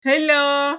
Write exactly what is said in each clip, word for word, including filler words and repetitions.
Hello.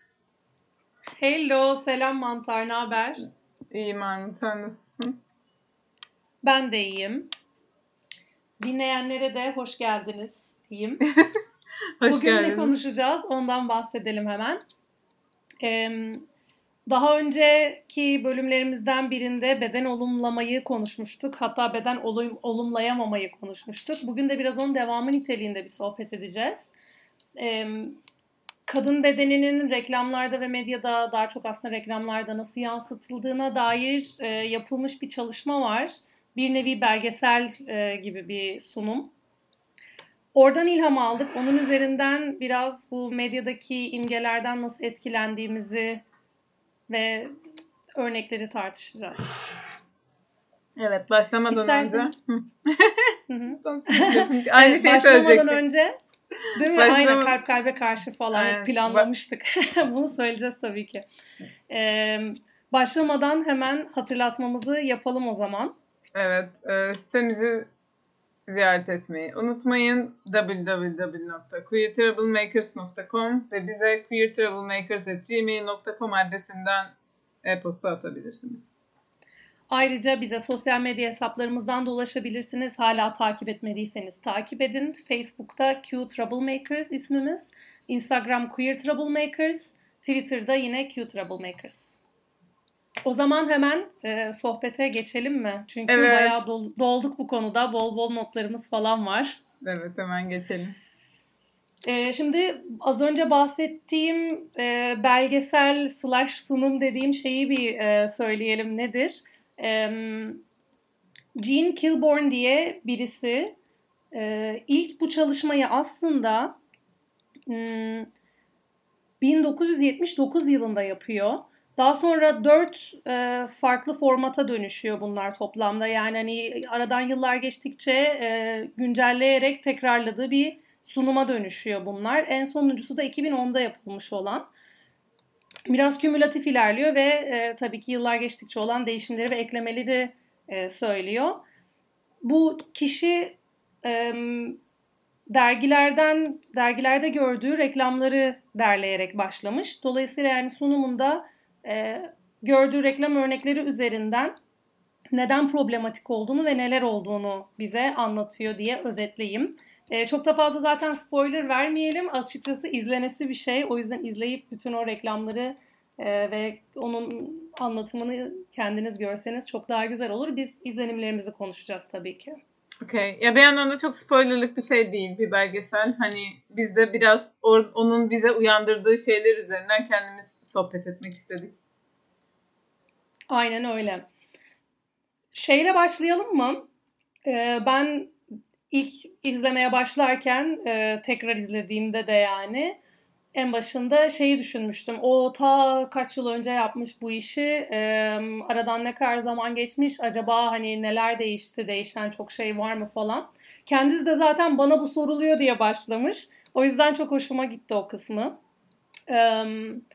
Hello, selam Mantar, ne haber? İyiyim Armut, sen nasılsın? Ben de iyiyim. Dinleyenlere de hoş geldiniz diyeyim. Hoş Bugün geldiniz. ne konuşacağız? Ondan bahsedelim hemen. Ee, daha önceki bölümlerimizden birinde beden olumlamayı konuşmuştuk. Hatta beden olum, olumlayamamayı konuşmuştuk. Bugün de biraz onun devamı niteliğinde bir sohbet edeceğiz. Ee, kadın bedeninin reklamlarda ve medyada, daha çok aslında reklamlarda nasıl yansıtıldığına dair e, yapılmış bir çalışma var. Bir nevi belgesel e, gibi bir sunum. Oradan ilham aldık. Onun üzerinden biraz bu medyadaki imgelerden nasıl etkilendiğimizi ve örnekleri tartışacağız. Evet, başlamadan İstersen... önce. Hı hı. Aynı evet, şeyi başlamadan söyleyecektim. önce, değil mi? Başlama... Aynen, kalp kalbe karşı falan Aynen. planlamıştık. Bunu söyleyeceğiz tabii ki. Ee, başlamadan hemen hatırlatmamızı yapalım o zaman. Evet, e, sitemizi ziyaret etmeyi unutmayın. double-u double-u double-u nokta queer troublemakers nokta com ve bize queer troublemakers at gmail nokta com adresinden e-posta atabilirsiniz. Ayrıca bize sosyal medya hesaplarımızdan da ulaşabilirsiniz. Hala takip etmediyseniz takip edin. Facebook'ta Q Troublemakers ismimiz. Instagram Queer Troublemakers. Twitter'da yine Q Troublemakers. O zaman hemen e, sohbete geçelim mi? Çünkü evet. bayağı dol- dolduk bu konuda. Bol bol notlarımız falan var. Evet, hemen geçelim. E, şimdi az önce bahsettiğim e, belgesel slash sunum dediğim şeyi bir e, söyleyelim nedir? E, Jean Kilbourne diye birisi e, ilk bu çalışmayı aslında hmm, bin dokuz yüz yetmiş dokuz yılında yapıyor. Daha sonra dört e, farklı formata dönüşüyor bunlar toplamda. Yani hani aradan yıllar geçtikçe e, güncelleyerek tekrarladığı bir sunuma dönüşüyor bunlar. En sonuncusu da iki bin onda yapılmış olan. Biraz kümülatif ilerliyor ve e, tabii ki yıllar geçtikçe olan değişimleri ve eklemeleri e, söylüyor. Bu kişi e, dergilerden dergilerde gördüğü reklamları derleyerek başlamış. Dolayısıyla yani sunumunda e, gördüğü reklam örnekleri üzerinden neden problematik olduğunu ve neler olduğunu bize anlatıyor diye özetleyeyim. E, çok da fazla zaten spoiler vermeyelim. Açıkçası izlenesi bir şey. O yüzden izleyip bütün o reklamları e, ve onun anlatımını kendiniz görseniz çok daha güzel olur. Biz izlenimlerimizi konuşacağız tabii ki. Okay. Ya bir yandan da çok spoilerlık bir şey değil bir belgesel. Hani biz de biraz or- onun bize uyandırdığı şeyler üzerinden kendimiz sohbet etmek istedik. Aynen öyle. Şeyle başlayalım mı? Ee, ben ilk izlemeye başlarken e, tekrar izlediğimde de yani en başında şeyi düşünmüştüm. O ta kaç yıl önce yapmış bu işi. E, aradan ne kadar zaman geçmiş? Acaba hani neler değişti? Değişen çok şey var mı falan. Kendisi de zaten bana bu soruluyor diye başlamış. O yüzden çok hoşuma gitti o kısmı. Evet.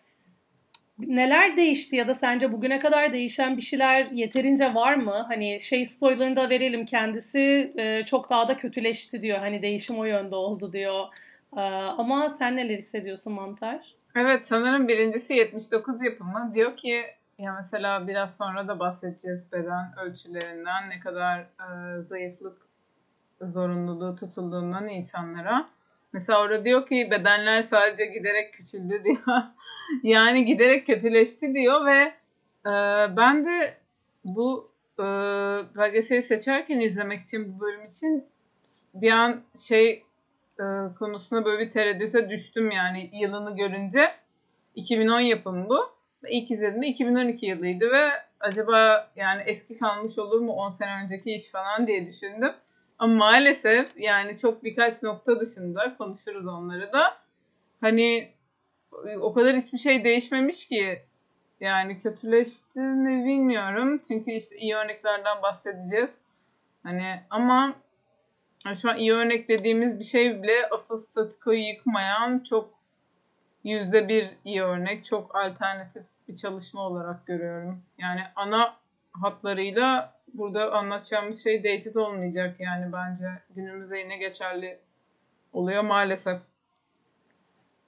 Neler değişti ya da sence bugüne kadar değişen bir şeyler yeterince var mı? Hani şey spoilerını da verelim, kendisi e, çok daha da kötüleşti diyor. Hani değişim o yönde oldu diyor. E, ama sen neler hissediyorsun Mantar? Evet, sanırım birincisi yetmiş dokuz yapımı. Diyor ki ya mesela biraz sonra da bahsedeceğiz beden ölçülerinden ne kadar e, zayıflık zorunluluğu tutulduğundan insanlara. Mesela orada diyor ki bedenler sadece giderek küçüldü diyor. Yani giderek kötüleşti diyor ve e, ben de bu e, belgeseli seçerken izlemek için bu bölüm için bir an şey e, konusunda böyle bir tereddüte düştüm yani yılını görünce. iki bin on yapımı bu. İlk izlediğimde iki bin on iki yılıydı ve acaba yani eski kalmış olur mu on sene önceki iş falan diye düşündüm. Ama maalesef yani çok birkaç nokta dışında konuşuruz onları da. Hani o kadar hiçbir şey değişmemiş ki yani kötüleşti mi bilmiyorum. Çünkü işte iyi örneklerden bahsedeceğiz. Hani ama şu an iyi örnek dediğimiz bir şey bile asıl statükoyu yıkmayan çok yüzde bir iyi örnek. Çok alternatif bir çalışma olarak görüyorum. Yani ana hatlarıyla burada anlatacağımız şey dated olmayacak yani bence günümüzde yine geçerli oluyor maalesef.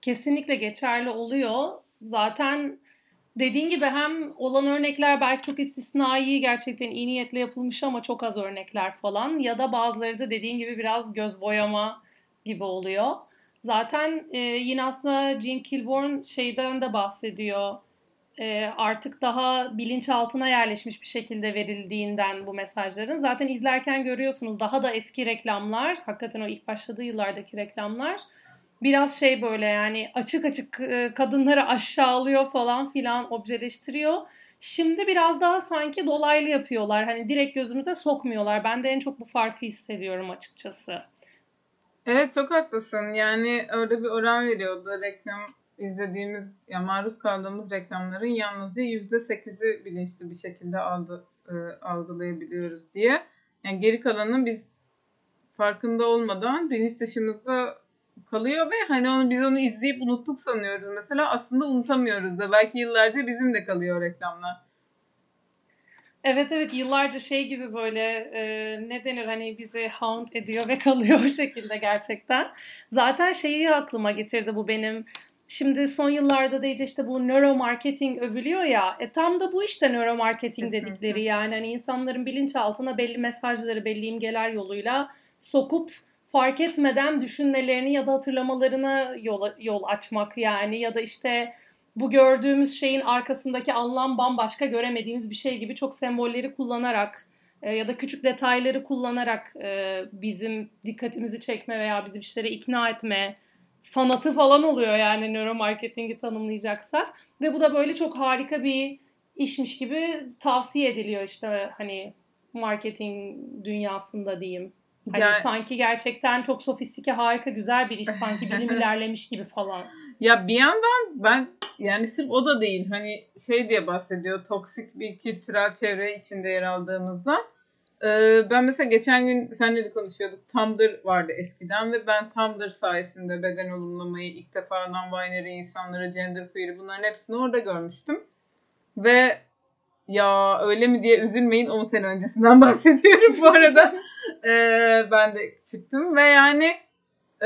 kesinlikle geçerli oluyor. Zaten dediğin gibi hem olan örnekler belki çok istisnai, gerçekten iyi niyetle yapılmış ama çok az örnekler falan. Ya da bazıları da dediğin gibi biraz göz boyama gibi oluyor. Zaten e, yine aslında Gene Kilborn şeyden de bahsediyor. E, artık daha bilinçaltına yerleşmiş bir şekilde verildiğinden bu mesajların. Zaten izlerken görüyorsunuz daha da eski reklamlar, hakikaten o ilk başladığı yıllardaki reklamlar biraz şey böyle yani açık açık e, kadınları aşağılıyor falan filan, objeleştiriyor. Şimdi biraz daha sanki dolaylı yapıyorlar. Hani direkt gözümüze sokmuyorlar. Ben de en çok bu farkı hissediyorum açıkçası. Evet, çok haklısın. Yani öyle bir oran veriyordu. Reklam izlediğimiz, ya maruz kaldığımız reklamların yalnızca yüzde sekizi bilinçli bir şekilde aldı, e, algılayabiliyoruz diye. Yani geri kalanın biz farkında olmadan bilinç dışımızda kalıyor ve hani onu biz onu izleyip unuttuk sanıyoruz. Mesela aslında unutamıyoruz da. Belki yıllarca bizim de kalıyor o reklamlar. Evet evet, yıllarca şey gibi böyle e, ne denir, hani bizi haunt ediyor ve kalıyor o şekilde gerçekten. Zaten şeyi aklıma getirdi bu benim. Şimdi son yıllarda da iyice işte bu nöromarketing övülüyor ya. E tam da bu işte nöromarketing dedikleri, Kesinlikle. yani hani insanların bilinçaltına belli mesajları, belli imgeler yoluyla sokup fark etmeden düşünmelerini ya da hatırlamalarına yol, yol açmak yani, ya da işte bu gördüğümüz şeyin arkasındaki anlam bambaşka, göremediğimiz bir şey gibi çok sembolleri kullanarak e, ya da küçük detayları kullanarak e, bizim dikkatimizi çekme veya bizi bir şeylere ikna etme sanatı falan oluyor yani, nöromarketingi tanımlayacaksak. Ve bu da böyle çok harika bir işmiş gibi tavsiye ediliyor işte hani marketing dünyasında diyeyim. Hani Ya sanki gerçekten çok sofistike, harika, güzel bir iş. Sanki bilim ilerlemiş gibi falan. ya bir yandan ben yani sırf o da değil. Hani şey diye bahsediyor. Toksik bir kültürel çevre içinde yer aldığımızda. Ee, ben mesela geçen gün seninle de konuşuyorduk. Tumblr vardı eskiden ve ben Tumblr sayesinde beden olumlamayı, ilk defa non-binary insanları, genderqueer'i, bunların hepsini orada görmüştüm. Ve ya öyle mi diye üzülmeyin, on sene öncesinden bahsediyorum bu arada. Ee, ben de çıktım ve yani e,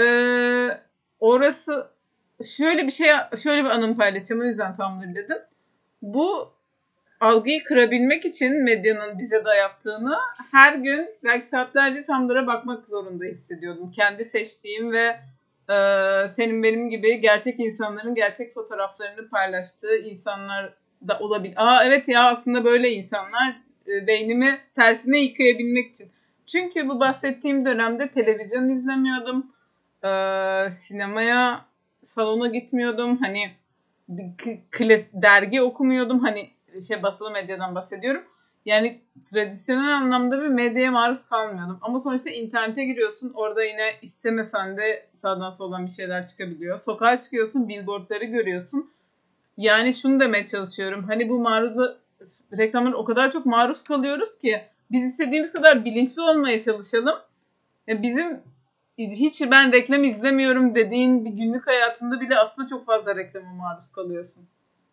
orası şöyle bir şey, şöyle bir anımı paylaşacağım, o yüzden Tumblr dedim. Bu algıyı kırabilmek için medyanın bize dayattığını her gün belki saatlerce Tumblr'a bakmak zorunda hissediyordum. Kendi seçtiğim ve e, senin benim gibi gerçek insanların gerçek fotoğraflarını paylaştığı insanlar da olabilir. Aa evet ya, aslında böyle insanlar, e, beynimi tersine yıkayabilmek için. Çünkü bu bahsettiğim dönemde televizyon izlemiyordum. E, sinemaya, salona gitmiyordum. Hani bir klas, dergi okumuyordum. Hani şey, basılı medyadan bahsediyorum. Yani tradisyonel anlamda bir medyaya maruz kalmıyordum. Ama sonuçta internete giriyorsun. Orada yine istemesen de sağdan soldan bir şeyler çıkabiliyor. Sokağa çıkıyorsun, billboardları görüyorsun. Yani şunu demeye çalışıyorum. Hani bu maruz reklamlara o kadar çok maruz kalıyoruz ki biz istediğimiz kadar bilinçli olmaya çalışalım. Ya bizim hiç ben reklam izlemiyorum dediğin bir günlük hayatında bile aslında çok fazla reklama maruz kalıyorsun.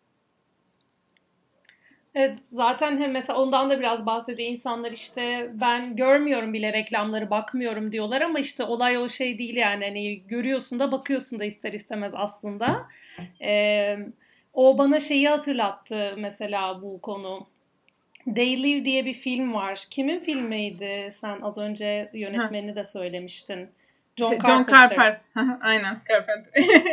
Evet, zaten hem mesela ondan da biraz bahsediyor. İnsanlar işte ben görmüyorum bile reklamları, bakmıyorum diyorlar ama işte olay o şey değil yani, hani görüyorsun da bakıyorsun da ister istemez aslında. Ee, O bana şeyi hatırlattı mesela bu konu. They Live diye bir film var. Kimin filmiydi? Sen az önce Heh. yönetmenini de söylemiştin. John Şey, John Carpenter. Carpenter. Aynen, Carpenter.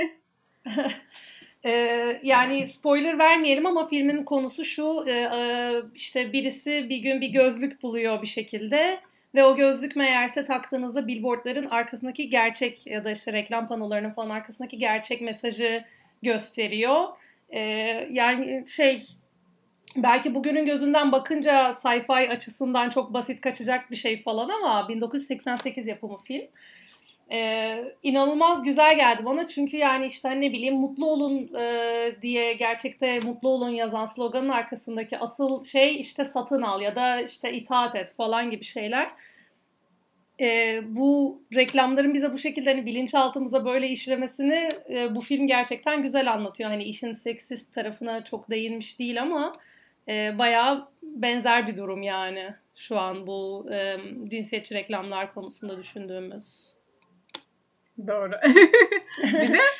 Ee, yani spoiler vermeyelim ama filmin konusu şu, e, e, işte birisi bir gün bir gözlük buluyor bir şekilde ve o gözlük meğerse taktığınızda billboardların arkasındaki gerçek ya da işte reklam panolarının falan arkasındaki gerçek mesajı gösteriyor. Ee, Yani şey, belki bugünün gözünden bakınca sci-fi açısından çok basit kaçacak bir şey falan ama bin dokuz yüz seksen sekiz yapımı film. Ee, inanılmaz güzel geldi bana çünkü yani işte hani ne bileyim mutlu olun e, diye gerçekte mutlu olun yazan sloganın arkasındaki asıl şey işte satın al ya da işte itaat et falan gibi şeyler. Ee, bu reklamların bize bu şekilde hani bilinçaltımıza böyle işlemesini e, bu film gerçekten güzel anlatıyor. Hani işin seksist tarafına çok değinmiş değil ama e, bayağı benzer bir durum yani şu an bu e, cinsiyetçi reklamlar konusunda düşündüğümüz. Doğru. Bir de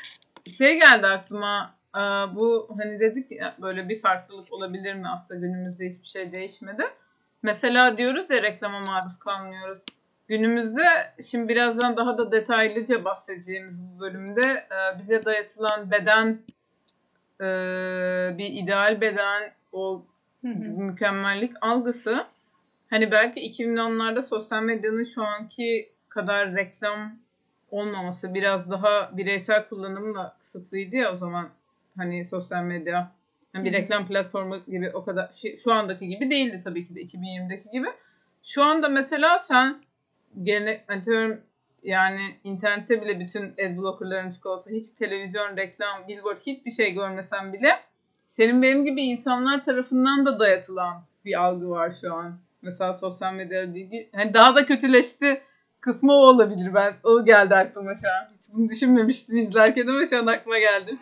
Şey geldi aklıma, e, bu hani dedik ya, böyle bir farklılık olabilir mi, aslında günümüzde hiçbir şey değişmedi. Mesela diyoruz ya, reklama maruz kalmıyoruz. Günümüzde, şimdi birazdan daha da detaylıca bahsedeceğimiz bu bölümde e, bize dayatılan beden, e, bir ideal beden, o Hı hı. mükemmellik algısı, hani belki iki bin onlarda sosyal medyanın şu anki kadar reklam olmaması, biraz daha bireysel kullanımla kısıtlıydı ya o zaman, hani sosyal medya. Yani bir Hı hı. reklam platformu gibi o kadar şey, şu andaki gibi değildi tabii ki de, iki bin yirmideki gibi. Şu anda mesela sen gene atıyorum, yani internette bile bütün adblocker'ların açık olsa, hiç televizyon, reklam, billboard, hiçbir şey görmesen bile senin benim gibi insanlar tarafından da dayatılan bir algı var şu an. Mesela sosyal medya bilgi, hani daha da kötüleşti kısmı o olabilir. Ben o geldi aklıma şu an. Hiç bunu düşünmemiştim izlerken ama şu an aklıma geldi.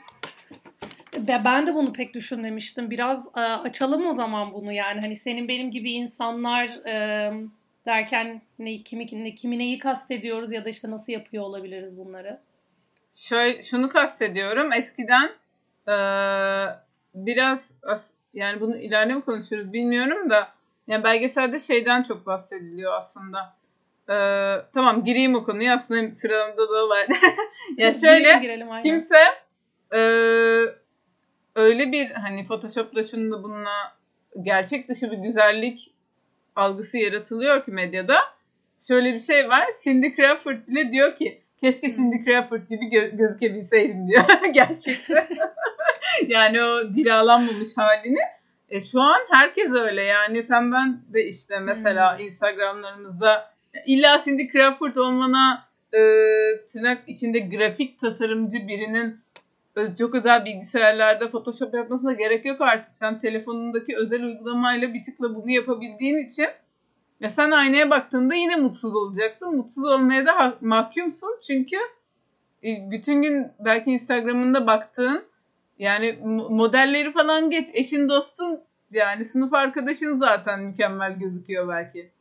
Ve ben de bunu pek düşünmemiştim. Biraz e, açalım o zaman bunu, yani hani senin benim gibi insanlar e, derken ne, kimi, ne, kimi neyi kastediyoruz ya da işte nasıl yapıyor olabiliriz bunları? Şöyle, şunu kastediyorum. Eskiden eee, biraz as- yani bunu ileride mi konuşuruz bilmiyorum da, yani belgeselde şeyden çok bahsediliyor aslında. Eee, tamam, gireyim o konuya, aslında sıramda da var. Ya Girelim şöyle, girelim aynen. kimse eee, öyle bir hani Photoshop'la şununla bununla gerçek dışı bir güzellik algısı yaratılıyor ki medyada. Şöyle bir şey var. Cindy Crawford bile diyor ki keşke Cindy Hmm. Crawford gibi gö- gözükebilseydim diyor. Gerçekten. Yani o cilalanmamış halini. E, şu an herkes öyle. Yani sen ben de işte mesela Hmm. Instagramlarımızda illa Cindy Crawford olmana, e, tırnak içinde grafik tasarımcı birinin çok özel bilgisayarlarda Photoshop yapmasına gerek yok artık. Sen telefonundaki özel uygulamayla bir tıkla bunu yapabildiğin için ya sen aynaya baktığında yine mutsuz olacaksın. Mutsuz olmaya da ha- mahkumsun. Çünkü e, bütün gün belki Instagram'ında baktığın, yani modelleri falan geç, eşin dostun, yani sınıf arkadaşın zaten mükemmel gözüküyor belki.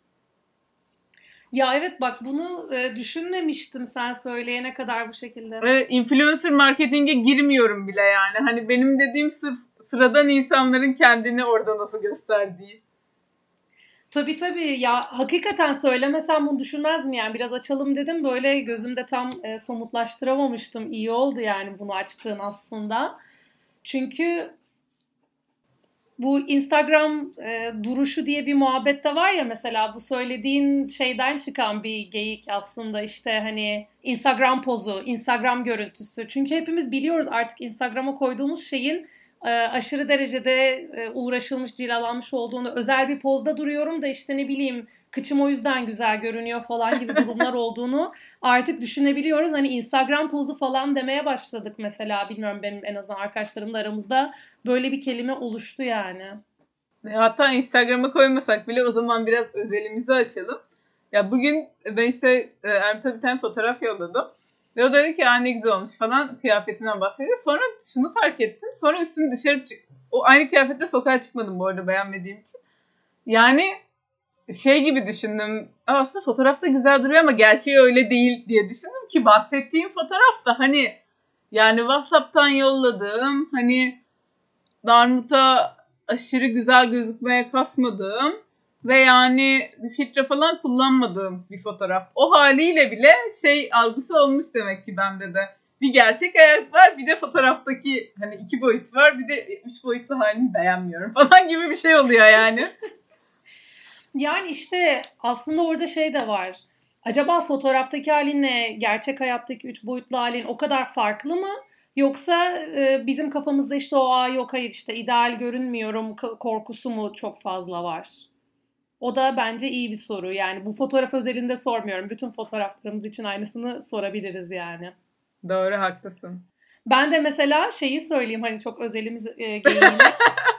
Ya evet, bak bunu e, düşünmemiştim sen söyleyene kadar bu şekilde. Ve influencer marketinge girmiyorum bile yani. Hani benim dediğim sırf sıradan insanların kendini orada nasıl gösterdiği. Tabii tabii, ya hakikaten söylemesem bunu düşünmezdim, yani biraz açalım dedim, böyle gözümde tam e, somutlaştıramamıştım. İyi oldu yani bunu açtığın aslında. Çünkü bu Instagram e, duruşu diye bir muhabbet de var ya, mesela bu söylediğin şeyden çıkan bir geyik aslında, işte hani Instagram pozu, Instagram görüntüsü. Çünkü hepimiz biliyoruz artık Instagram'a koyduğumuz şeyin e, aşırı derecede e, uğraşılmış, cilalanmış olduğunu, özel bir pozda duruyorum da işte ne bileyim kıçım o yüzden güzel görünüyor falan gibi durumlar olduğunu artık düşünebiliyoruz. Hani Instagram pozu falan demeye başladık mesela, bilmiyorum, benim en azından arkadaşlarımla aramızda böyle bir kelime oluştu yani. Hatta Instagram'a koymasak bile o zaman biraz özelimizi açalım. Ya bugün ben işte e, Ermit'e bir tane fotoğraf yolladım. Ve o dedi ki ne güzel olmuş falan, kıyafetimden bahsediyor. Sonra şunu fark ettim. Sonra üstümü dışarı çık... O aynı kıyafetle sokağa çıkmadım bu arada, beğenmediğim için. Yani şey gibi düşündüm. Aslında fotoğrafta güzel duruyor ama gerçeği öyle değil diye düşündüm ki bahsettiğim fotoğraf da hani, yani WhatsApp'tan yolladığım, hani Darmut'a aşırı güzel gözükmeye kasmadığım ve yani bir filtre falan kullanmadığım bir fotoğraf. O haliyle bile şey algısı olmuş demek ki bende de. Bir gerçek hayat var, bir de fotoğraftaki hani iki boyut var, bir de üç boyutlu halini beğenmiyorum falan gibi bir şey oluyor yani. Yani işte aslında orada şey de var. Acaba fotoğraftaki halinle gerçek hayattaki üç boyutlu halin o kadar farklı mı? Yoksa e, bizim kafamızda işte o aa yok hayır işte ideal görünmüyorum korkusu mu çok fazla var? O da bence iyi bir soru. Yani bu fotoğraf özelinde sormuyorum. Bütün fotoğraflarımız için aynısını sorabiliriz yani. Doğru, haklısın. Ben de mesela şeyi söyleyeyim, hani çok özelimiz e, geyiğine.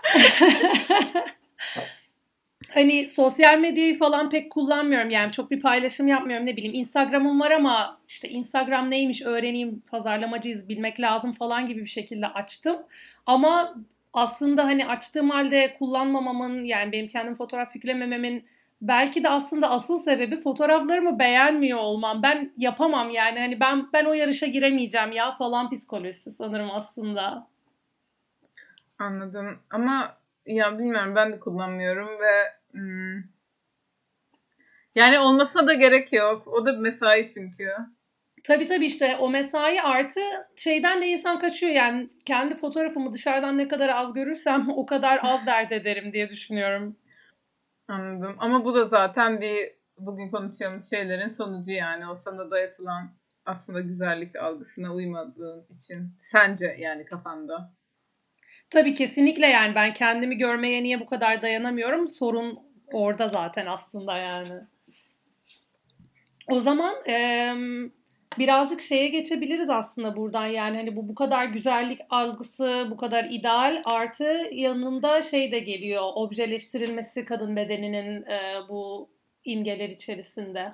Hani sosyal medyayı falan pek kullanmıyorum. Yani çok bir paylaşım yapmıyorum, ne bileyim. Instagram'ım var ama işte Instagram neymiş öğreneyim, pazarlamacıyız bilmek lazım falan gibi bir şekilde açtım. Ama aslında hani açtığım halde kullanmamamın, yani benim kendim fotoğraf yüklemememin belki de aslında asıl sebebi fotoğraflarımı beğenmiyor olmam. Ben yapamam yani. Hani ben ben o yarışa giremeyeceğim ya falan psikolojisi sanırım aslında. Anladım. Ama ya bilmiyorum, ben de kullanmıyorum ve hmm, yani olmasına da gerek yok. O da mesai çünkü. Tabii tabii işte o mesai artı şeyden de insan kaçıyor yani kendi fotoğrafımı dışarıdan ne kadar az görürsem o kadar az dert ederim diye düşünüyorum. Anladım. Ama bu da zaten bir bugün konuşacağımız şeylerin sonucu yani. O sana dayatılan aslında güzellik algısına uymadığın için. Sence yani kafanda. Tabii kesinlikle yani ben kendimi görmeye niye bu kadar dayanamıyorum? Sorun orada zaten aslında yani. O zaman em, birazcık şeye geçebiliriz aslında buradan yani hani bu bu kadar güzellik algısı, bu kadar ideal artı yanında şey de geliyor objeleştirilmesi kadın bedeninin e, bu imgeler içerisinde.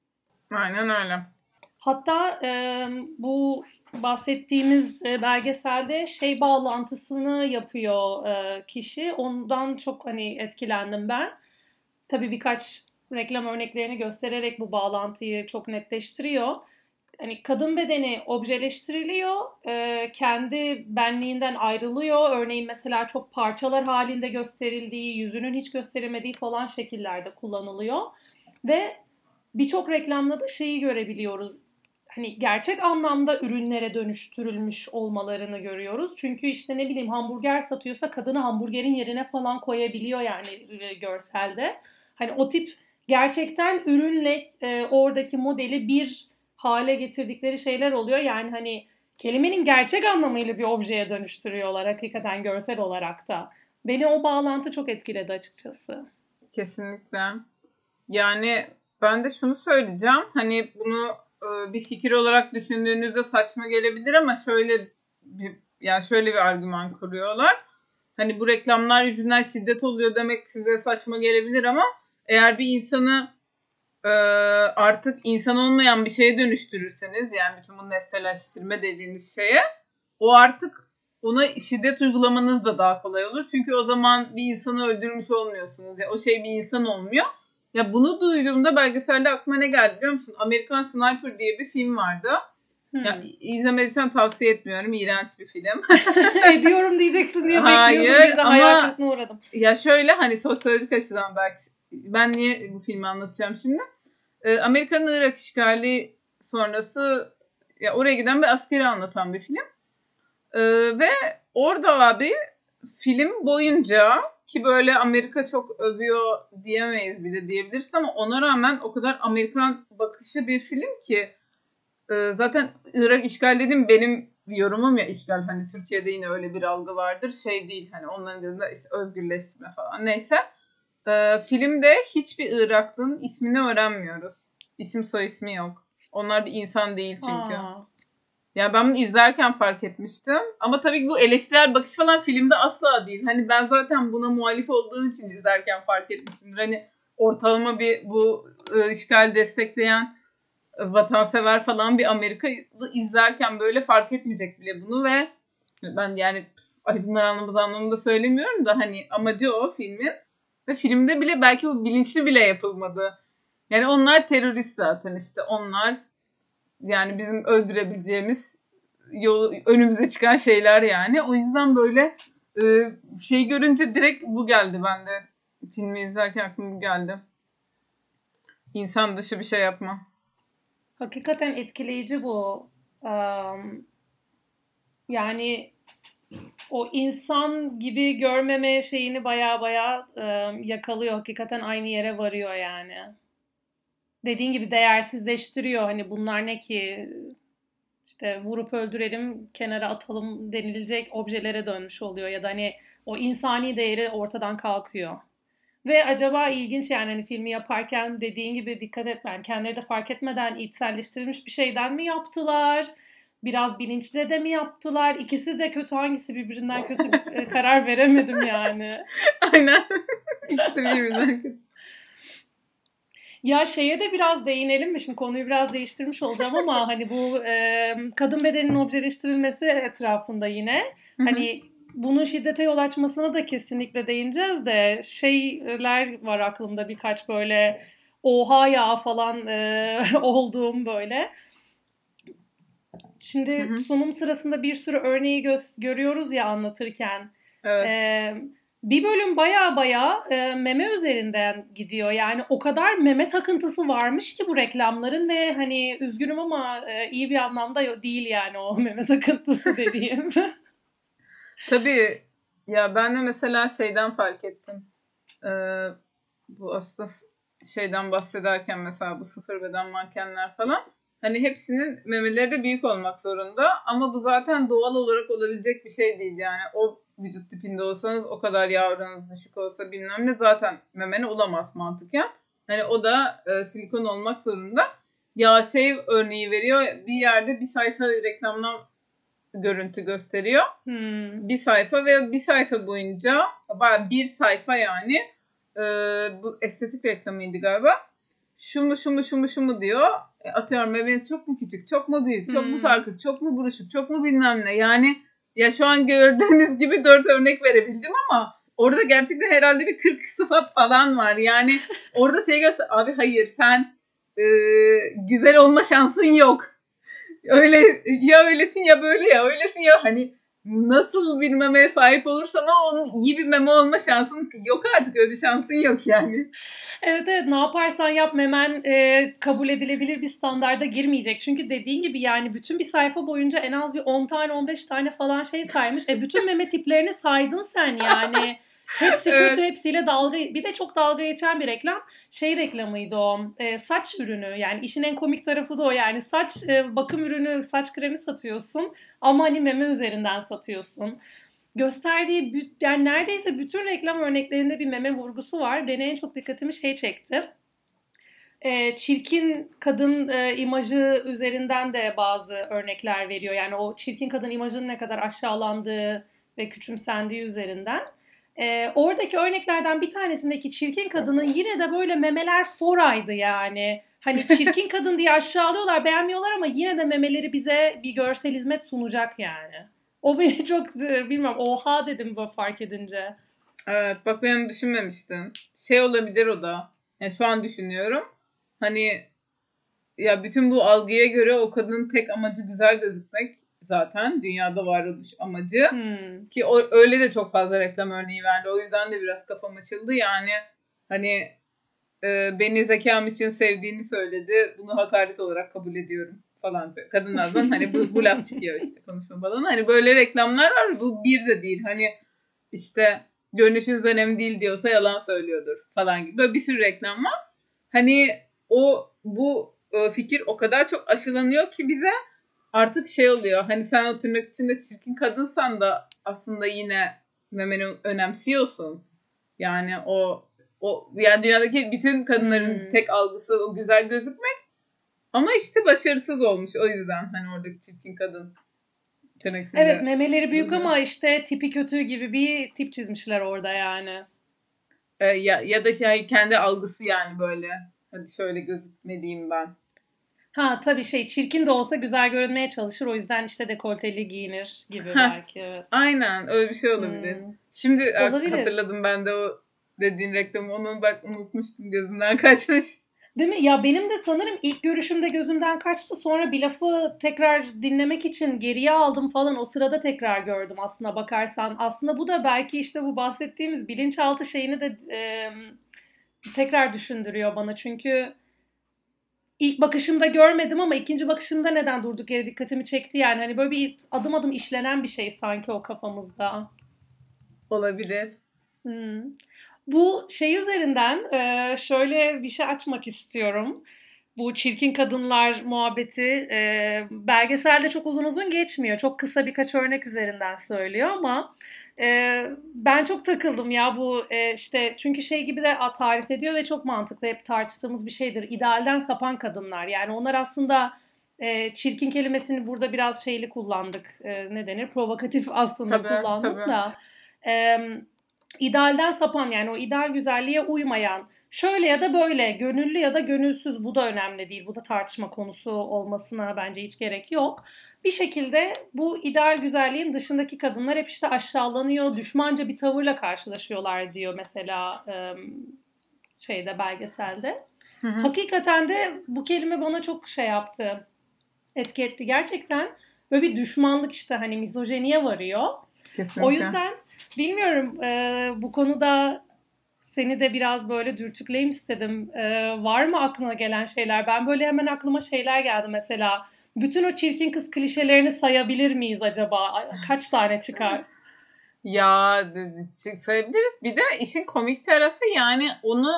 Aynen öyle. Hatta e, bu bahsettiğimiz e, belgeselde şey bağlantısını yapıyor e, kişi. Ondan çok hani etkilendim ben. Tabii birkaç reklam örneklerini göstererek bu bağlantıyı çok netleştiriyor. Hani kadın bedeni objeleştiriliyor, e, kendi benliğinden ayrılıyor. Örneğin mesela çok parçalar halinde gösterildiği, yüzünün hiç gösterilmediği falan şekillerde kullanılıyor. Ve birçok reklamda da şeyi görebiliyoruz. Hani gerçek anlamda ürünlere dönüştürülmüş olmalarını görüyoruz. Çünkü işte ne bileyim hamburger satıyorsa kadını hamburgerin yerine falan koyabiliyor yani e, görselde. Hani o tip gerçekten ürünle e, oradaki modeli bir hale getirdikleri şeyler oluyor. Yani hani kelimenin gerçek anlamıyla bir objeye dönüştürüyorlar hakikaten görsel olarak da. Beni o bağlantı çok etkiledi açıkçası. Kesinlikle. Yani ben de şunu söyleyeceğim. Hani bunu e, bir fikir olarak düşündüğünüzde saçma gelebilir ama şöyle bir yani şöyle bir argüman kuruyorlar. Hani bu reklamlar yüzünden şiddet oluyor demek size saçma gelebilir ama eğer bir insanı e, artık insan olmayan bir şeye dönüştürürseniz yani bütün bu nesneleştirme dediğiniz şeye o artık ona şiddet uygulamanız da daha kolay olur. Çünkü o zaman bir insanı öldürmüş olmuyorsunuz. Ya o şey bir insan olmuyor. Ya bunu duyduğumda belgeselde aklıma ne geldi biliyor musun? American Sniper diye bir film vardı. Ya Hmm. izlemediysen tavsiye etmiyorum. İğrenç bir film. Ediyorum diyeceksin diye bekliyordum. Hayır Bir de hayal ama kırıklığına uğradım. ya şöyle hani sosyolojik açıdan belki ben niye bu filmi anlatacağım şimdi? Ee, Amerika'nın Irak işgali sonrası ya oraya giden bir askeri anlatan bir film. Ee, ve orada abi film boyunca ki böyle Amerika çok övüyor diyemeyiz bile diyebilirsin ama ona rağmen o kadar Amerikan bakışı bir film ki e, zaten Irak işgal dediğim benim yorumum ya işgal hani Türkiye'de yine öyle bir algı vardır şey değil hani onların gözünde işte özgürleşme falan neyse. Ee, filmde hiçbir Iraklı'nın ismini öğrenmiyoruz. İsim soy ismi yok. Onlar bir insan değil çünkü. Aa. Yani ben bunu izlerken fark etmiştim. Ama tabii ki bu eleştirel bakış falan filmde asla değil. Hani ben zaten buna muhalif olduğum için izlerken fark etmişimdir. Hani ortalama bir bu e, işgal destekleyen e, vatansever falan bir Amerika'yı izlerken böyle fark etmeyecek bile bunu ve ben yani ay bunlar anlamaz anlamında söylemiyorum da hani amacı o filmin. Ve filmde bile belki bu bilinçli bile yapılmadı. Yani onlar terörist zaten işte onlar yani bizim öldürebileceğimiz yol, önümüze çıkan şeyler yani. O yüzden böyle e, şey görünce direkt bu geldi bende. Filmi izlerken aklıma bu geldi. İnsan dışı bir şey yapma. Hakikaten etkileyici bu. Um, yani o insan gibi görmeme şeyini baya baya um, yakalıyor. Hakikaten aynı yere varıyor yani. Dediğin gibi değersizleştiriyor. Hani bunlar ne ki? İşte vurup öldürelim, kenara atalım denilecek objelere dönmüş oluyor. Ya da hani o insani değeri ortadan kalkıyor. Ve acaba ilginç yani hani filmi yaparken dediğin gibi dikkat etmen, kendileri de fark etmeden içselleştirilmiş bir şeyden mi yaptılar? Biraz bilinçli de mi yaptılar? İkisi de kötü, hangisi birbirinden kötü e, karar veremedim yani. Aynen. İkisi de birbirinden kötü. Ya şeye de biraz değinelim mi? Şimdi konuyu biraz değiştirmiş olacağım ama hani bu e, kadın bedeninin objeleştirilmesi etrafında yine Hı hı. hani bunun şiddete yol açmasına da kesinlikle değineceğiz de şeyler var aklımda birkaç böyle oha ya falan e, olduğum böyle. Şimdi Hı hı. sunum sırasında bir sürü örneği gö- görüyoruz ya anlatırken. Evet. Ee, bir bölüm baya baya e, meme üzerinden gidiyor. Yani o kadar meme takıntısı varmış ki bu reklamların ve hani üzgünüm ama e, iyi bir anlamda değil yani o meme takıntısı dediğim. Tabii ya ben de mesela şeyden fark ettim. Ee, bu aslında şeyden bahsederken mesela bu sıfır beden mankenler falan hani hepsinin memeleri de büyük olmak zorunda ama bu zaten doğal olarak olabilecek bir şey değil yani o vücut tipinde olsanız o kadar yağ oranınız düşük olsa bilmem ne zaten memene olamaz mantıken. Hani o da e, silikon olmak zorunda. Ya şey örneği veriyor bir yerde bir sayfa reklamdan görüntü gösteriyor. Hmm. Bir sayfa ve bir sayfa boyunca bir sayfa yani e, bu estetik reklamıydı galiba. Şu mu şu mu şu mu şu mu diyor. E, atıyorum memeniz çok mu küçük, çok mu büyük, çok mu Hmm. sarkık, çok mu buruşuk, çok mu bilmem ne. Yani ya şu an gördüğünüz gibi dört örnek verebildim ama orada gerçekten herhalde bir kırk sıfat falan var. Yani orada şey göster abi hayır sen e, güzel olma şansın yok. Öyle ya öylesin ya böyle ya öylesin ya hani nasıl bir memeye sahip olursan o onun iyi bir meme olma şansın yok artık öyle bir şansın yok yani. Evet evet ne yaparsan yap memen e, kabul edilebilir bir standarda girmeyecek. Çünkü dediğin gibi yani bütün bir sayfa boyunca en az bir on tane on beş tane falan şey saymış. E bütün meme tiplerini saydın sen yani. Hepsi kötü, Evet. hepsiyle dalga. Bir de çok dalga geçen bir reklam. Şey reklamıydı o. E, saç ürünü. Yani işin en komik tarafı da o. Yani saç e, bakım ürünü, saç kremi satıyorsun. Ama hani meme üzerinden satıyorsun. Gösterdiği yani neredeyse bütün reklam örneklerinde bir meme vurgusu var. Beni en çok dikkatimi şey çekti. E, çirkin kadın e, imajı üzerinden de bazı örnekler veriyor. Yani o çirkin kadın imajının ne kadar aşağılandığı ve küçümsendiği üzerinden. E, oradaki örneklerden bir tanesindeki çirkin kadının yine de böyle memeler foraydı yani. Hani çirkin kadın diye aşağılıyorlar, beğenmiyorlar ama yine de memeleri bize bir görsel hizmet sunacak yani. O beni çok bilmem oha dedim bu fark edince. Evet bak ben onu düşünmemiştim. Şey olabilir o da. Yani şu an düşünüyorum. Hani ya bütün bu algıya göre o kadının tek amacı güzel gözükmek zaten dünyada varoluş amacı. Hmm. Ki o, öyle de çok fazla reklam örneği verdi. O yüzden de biraz kafam açıldı. Yani hani e, beni zekam için sevdiğini söyledi. Bunu hakaret olarak kabul ediyorum falan. Kadınlardan hani bu, bu laf çıkıyor işte konuşma falan. Hani böyle reklamlar var. Bu bir de değil. Hani işte görünüşünüz önemli değil diyorsa yalan söylüyordur falan gibi. Böyle bir sürü reklam var. Hani o bu e, fikir o kadar çok aşılanıyor ki bize artık şey oluyor. Hani sen o tırnak içinde çirkin kadınsan da aslında yine memeni önemsiyorsun. Yani o o yani dünyadaki bütün kadınların Hmm. tek algısı o güzel gözükmek. Ama işte başarısız olmuş o yüzden hani oradaki çirkin kadın tırnak Evet içinde memeleri büyük bulunuyor. ama işte tipi kötü gibi bir tip çizmişler orada yani. Ee, ya ya da şey kendi algısı yani böyle. Hadi şöyle gözükmeliyim ben. Ha tabii şey çirkin de olsa güzel görünmeye çalışır o yüzden işte dekolteli giyinir gibi Heh, belki evet. aynen öyle bir şey olabilir. Hmm. Şimdi Olabilir. hatırladım ben de o dediğin reklamı. Onu bak unutmuştum gözümden kaçmış. Değil mi? Ya benim de sanırım ilk görüşümde gözümden kaçtı. Sonra bir lafı tekrar dinlemek için geriye aldım falan. O sırada tekrar gördüm aslına bakarsan. Aslında bu da belki işte bu bahsettiğimiz bilinçaltı şeyini de e, tekrar düşündürüyor bana. Çünkü ilk bakışımda görmedim ama ikinci bakışımda neden durduk yere dikkatimi çekti yani. Hani böyle bir adım adım işlenen bir şey sanki o kafamızda. Olabilir. Hmm. Bu şey üzerinden e, şöyle bir şey açmak istiyorum. Bu çirkin kadınlar muhabbeti e, belgeselde çok uzun uzun geçmiyor. Çok kısa birkaç örnek üzerinden söylüyor ama e, ben çok takıldım ya bu e, işte çünkü şey gibi de tarif ediyor ve çok mantıklı hep tartıştığımız bir şeydir. İdealden sapan kadınlar yani onlar aslında e, çirkin kelimesini burada biraz şeyli kullandık. E, ne denir? Provokatif aslında Tabii kullandım tabii. da. E, idealden sapan yani o ideal güzelliğe uymayan şöyle ya da böyle gönüllü ya da gönülsüz bu da önemli değil. Bu da tartışma konusu olmasına bence hiç gerek yok. bir şekilde bu ideal güzelliğin dışındaki kadınlar hep işte aşağılanıyor, düşmanca bir tavırla karşılaşıyorlar diyor mesela şeyde, belgeselde. Hı hı. Hakikaten de bu kelime bana çok şey yaptı, etki etti. Gerçekten böyle bir düşmanlık, işte hani mizojeniye varıyor. Kesinlikle. O yüzden bilmiyorum, e, bu konuda seni de biraz böyle dürtükleyeyim istedim. E, var mı aklına gelen şeyler? Ben böyle hemen aklıma şeyler geldi mesela. Bütün o çirkin kız klişelerini sayabilir miyiz acaba? Kaç tane çıkar? Ya sayabiliriz. Bir de işin komik tarafı, yani onu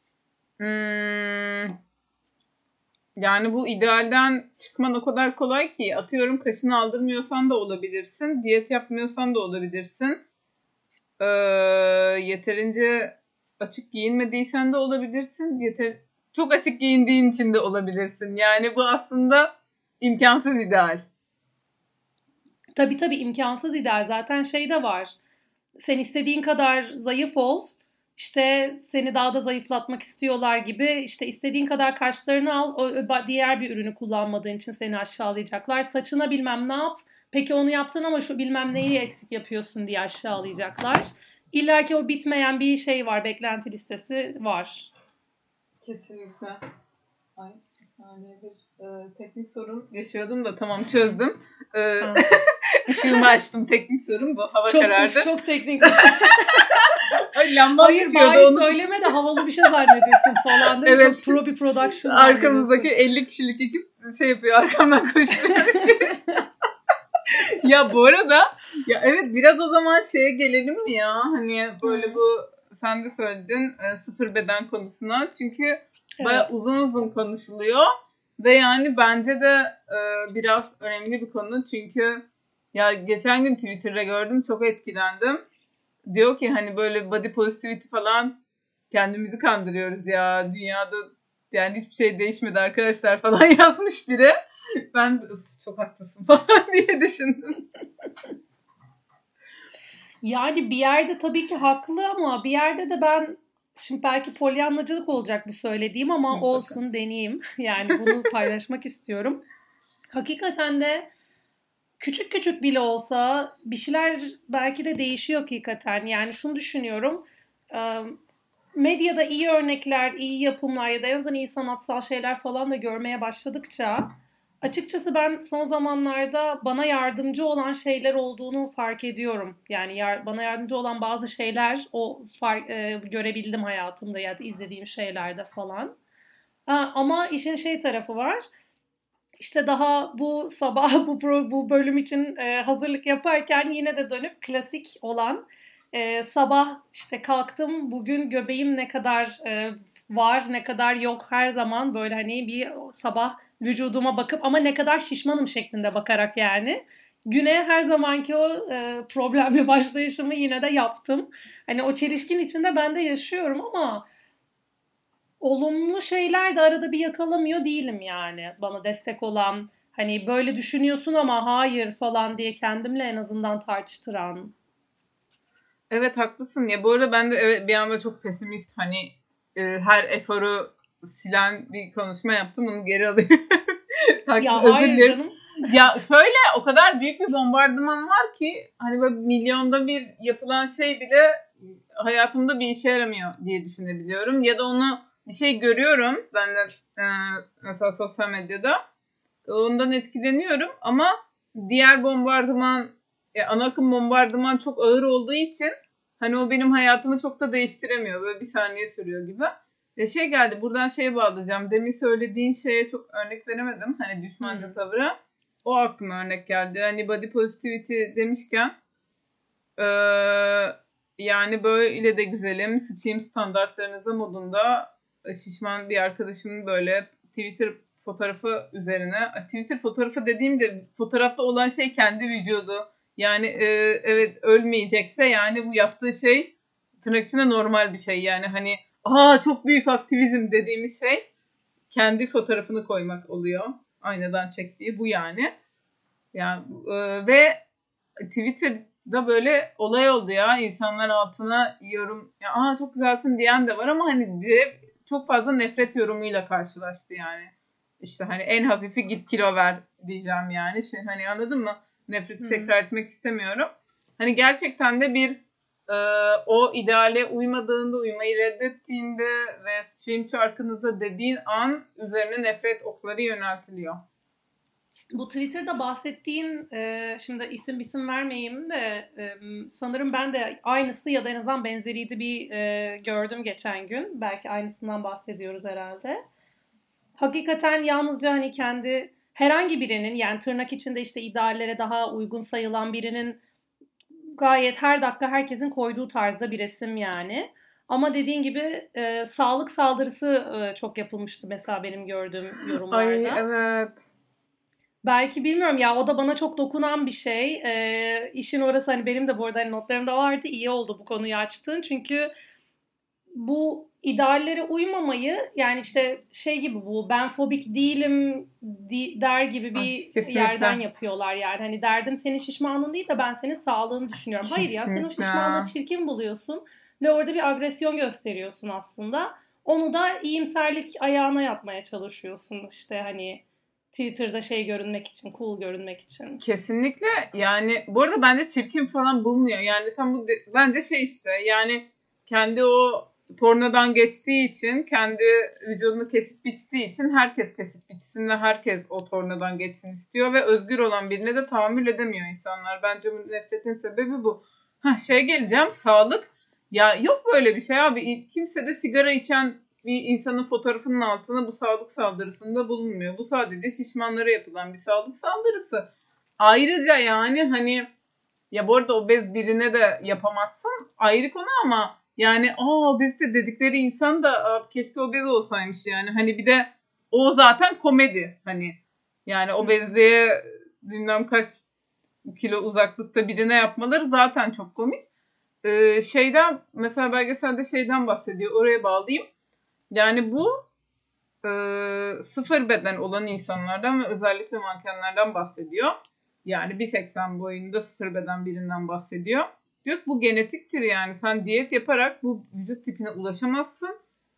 hmm, yani bu idealden çıkman o kadar kolay ki, atıyorum kaşını aldırmıyorsan da olabilirsin, diyet yapmıyorsan da olabilirsin, ee, yeterince açık giyinmediysen de olabilirsin, yeter çok açık giyindiğin için de olabilirsin. Yani bu aslında imkansız ideal. Tabii tabii imkansız ideal. Zaten şey de var. Sen istediğin kadar zayıf ol. İşte seni daha da zayıflatmak istiyorlar gibi. İşte istediğin kadar kaşlarını al. O diğer bir ürünü kullanmadığın için seni aşağılayacaklar. Saçına bilmem ne yap. Peki onu yaptın ama şu bilmem neyi eksik yapıyorsun diye aşağılayacaklar. İlla ki o bitmeyen bir şey var. Beklenti listesi var. Kesinlikle. Ay bir saniye, bir e, teknik sorun yaşıyordum da tamam çözdüm. E, ışığımı açtım, teknik sorun bu. Hava çok, karardı. Of, çok teknik bir şey. Ay, lamba Hayır bari onu... söyleme de havalı bir şey zannediyorsun falan değil mi? Evet. Çok pro bir production. Arkamızdaki elli kişilik ekip şey yapıyor, arkamdan koşturuyor. Ya bu arada ya evet, biraz o zaman şeye gelelim mi ya? Hani böyle hmm. bu sen de söyledin e, sıfır beden konusuna. Çünkü evet. Bayağı uzun uzun konuşuluyor. Ve yani bence de e, biraz önemli bir konu. Çünkü ya geçen gün Twitter'da gördüm, çok etkilendim. Diyor ki hani böyle body positivity falan, kendimizi kandırıyoruz ya. Dünyada yani hiçbir şey değişmedi arkadaşlar falan yazmış biri. Ben çok haklısın falan diye düşündüm. Yani bir yerde tabii ki haklı ama bir yerde de ben, şimdi belki polyanlacılık olacak bu söylediğim ama mutlaka olsun, deneyeyim. Yani bunu paylaşmak istiyorum. Hakikaten de küçük küçük bile olsa bir şeyler belki de değişiyor hakikaten. Yani şunu düşünüyorum. Medyada iyi örnekler, iyi yapımlar ya da en azından iyi sanatsal şeyler falan da görmeye başladıkça açıkçası ben son zamanlarda bana yardımcı olan şeyler olduğunu fark ediyorum. Yani yar, bana yardımcı olan bazı şeyler o fark, e, görebildim hayatımda ya da izlediğim şeylerde falan. Ha, ama işin şey tarafı var. İşte daha bu sabah bu pro, bu bölüm için e, hazırlık yaparken yine de dönüp klasik olan e, sabah işte kalktım, bugün göbeğim ne kadar e, var ne kadar yok, her zaman böyle hani bir sabah vücuduma bakıp ama ne kadar şişmanım şeklinde bakarak yani güne her zamanki o e, problemli başlayışımı yine de yaptım. Hani o çelişkin içinde ben de yaşıyorum ama olumlu şeyler de arada bir yakalamıyor değilim yani. Bana destek olan, hani böyle düşünüyorsun ama hayır falan diye kendimle en azından tartıştıran. Evet haklısın ya. Bu arada ben de evet, bir anda çok pesimist, hani e, her eforu silen bir konuşma yaptım. Onu geri alayım. Ya hayır canım. Ya şöyle, o kadar büyük bir bombardıman var ki hani böyle milyonda bir yapılan şey bile hayatımda bir işe yaramıyor diye düşünebiliyorum. Ya da onu bir şey görüyorum ben de e, mesela sosyal medyada, ondan etkileniyorum ama diğer bombardıman, ya ana akım bombardıman çok ağır olduğu için hani o benim hayatımı çok da değiştiremiyor. Böyle bir saniye sürüyor gibi. Ve şey geldi, buradan şeye bağlayacağım. Demin söylediğin şeye çok örnek veremedim. Hani düşmanca hmm. tavıra. O aklıma örnek geldi. Hani body positivity demişken ee, yani böyle de güzelim, sıçayım standartlarınıza modunda şişman bir arkadaşımın böyle Twitter fotoğrafı üzerine. Twitter fotoğrafı dediğimde fotoğrafta olan şey kendi vücudu. Yani e, evet, ölmeyecekse yani bu yaptığı şey tırnak içinde normal bir şey. Yani hani aa çok büyük aktivizm dediğimiz şey kendi fotoğrafını koymak oluyor. Aynadan çektiği bu yani. Yani e, ve Twitter'da böyle olay oldu ya. İnsanlar altına yorum, ya aa çok güzelsin diyen de var ama hani de çok fazla nefret yorumuyla karşılaştı yani. işte hani en hafifi git kilo ver diyeceğim yani. Şey, hani anladın mı? Nefreti hmm. tekrar etmek istemiyorum. Hani gerçekten de bir e, o ideale uymadığında, uymayı reddettiğinde ve stream çarkınıza dediğin an üzerine nefret okları yöneltiliyor. Bu Twitter'da bahsettiğin, e, şimdi isim isim vermeyeyim de e, sanırım ben de aynısı ya da en azından benzeriydi bir e, gördüm geçen gün. Belki aynısından bahsediyoruz herhalde. Hakikaten yalnızca hani kendi herhangi birinin, yani tırnak içinde işte ideallere daha uygun sayılan birinin gayet her dakika herkesin koyduğu tarzda bir resim yani. Ama dediğin gibi e, sağlık saldırısı e, çok yapılmıştı mesela benim gördüğüm yorumlarda. Ay evet. Belki bilmiyorum ya, o da bana çok dokunan bir şey. E, işin orası, hani benim de bu arada hani notlarımda vardı. İyi oldu bu konuyu açtın. Çünkü bu ideallere uymamayı, yani işte şey gibi, bu ben fobik değilim der gibi bir Ay, yerden yapıyorlar yani. Hani derdim senin şişmanlığın değil de ben senin sağlığını düşünüyorum. Kesinlikle. Hayır ya, sen o şişmanlığı çirkin buluyorsun ve orada bir agresyon gösteriyorsun aslında. Onu da iyimserlik ayağına yatmaya çalışıyorsun işte, hani Twitter'da şey görünmek için, cool görünmek için. Kesinlikle yani, bu arada bence çirkin falan bulmuyor. Yani tam bu de, bence şey işte yani kendi o tornadan geçtiği için, kendi vücudunu kesip biçtiği için herkes kesip biçsin ve herkes o tornadan geçsin istiyor ve özgür olan birine de tahammül edemiyor insanlar. Bence bu nefretin sebebi bu. Hah, şey geleceğim, sağlık. Ya yok böyle bir şey abi. Kimse de sigara içen bir insanın fotoğrafının altına bu sağlık saldırısında bulunmuyor. Bu sadece şişmanlara yapılan bir sağlık saldırısı. Ayrıca yani hani ya bu arada obez birine de yapamazsın, ayrı konu, ama yani aa obezite dedikleri insan da keşke obez olsaymış yani. Hani bir de o zaten komedi hani. Yani obezliğe bilmem kaç kilo uzaklıkta birine yapmaları zaten çok komik. Ee, şeyden mesela belgeselde şeyden bahsediyor. Oraya bağlayayım. Yani bu e, sıfır beden olan insanlardan ve özellikle mankenlerden bahsediyor. Yani bir seksen boyunda sıfır beden birinden bahsediyor. Diyor ki bu genetiktir yani. Sen diyet yaparak bu vücut tipine ulaşamazsın.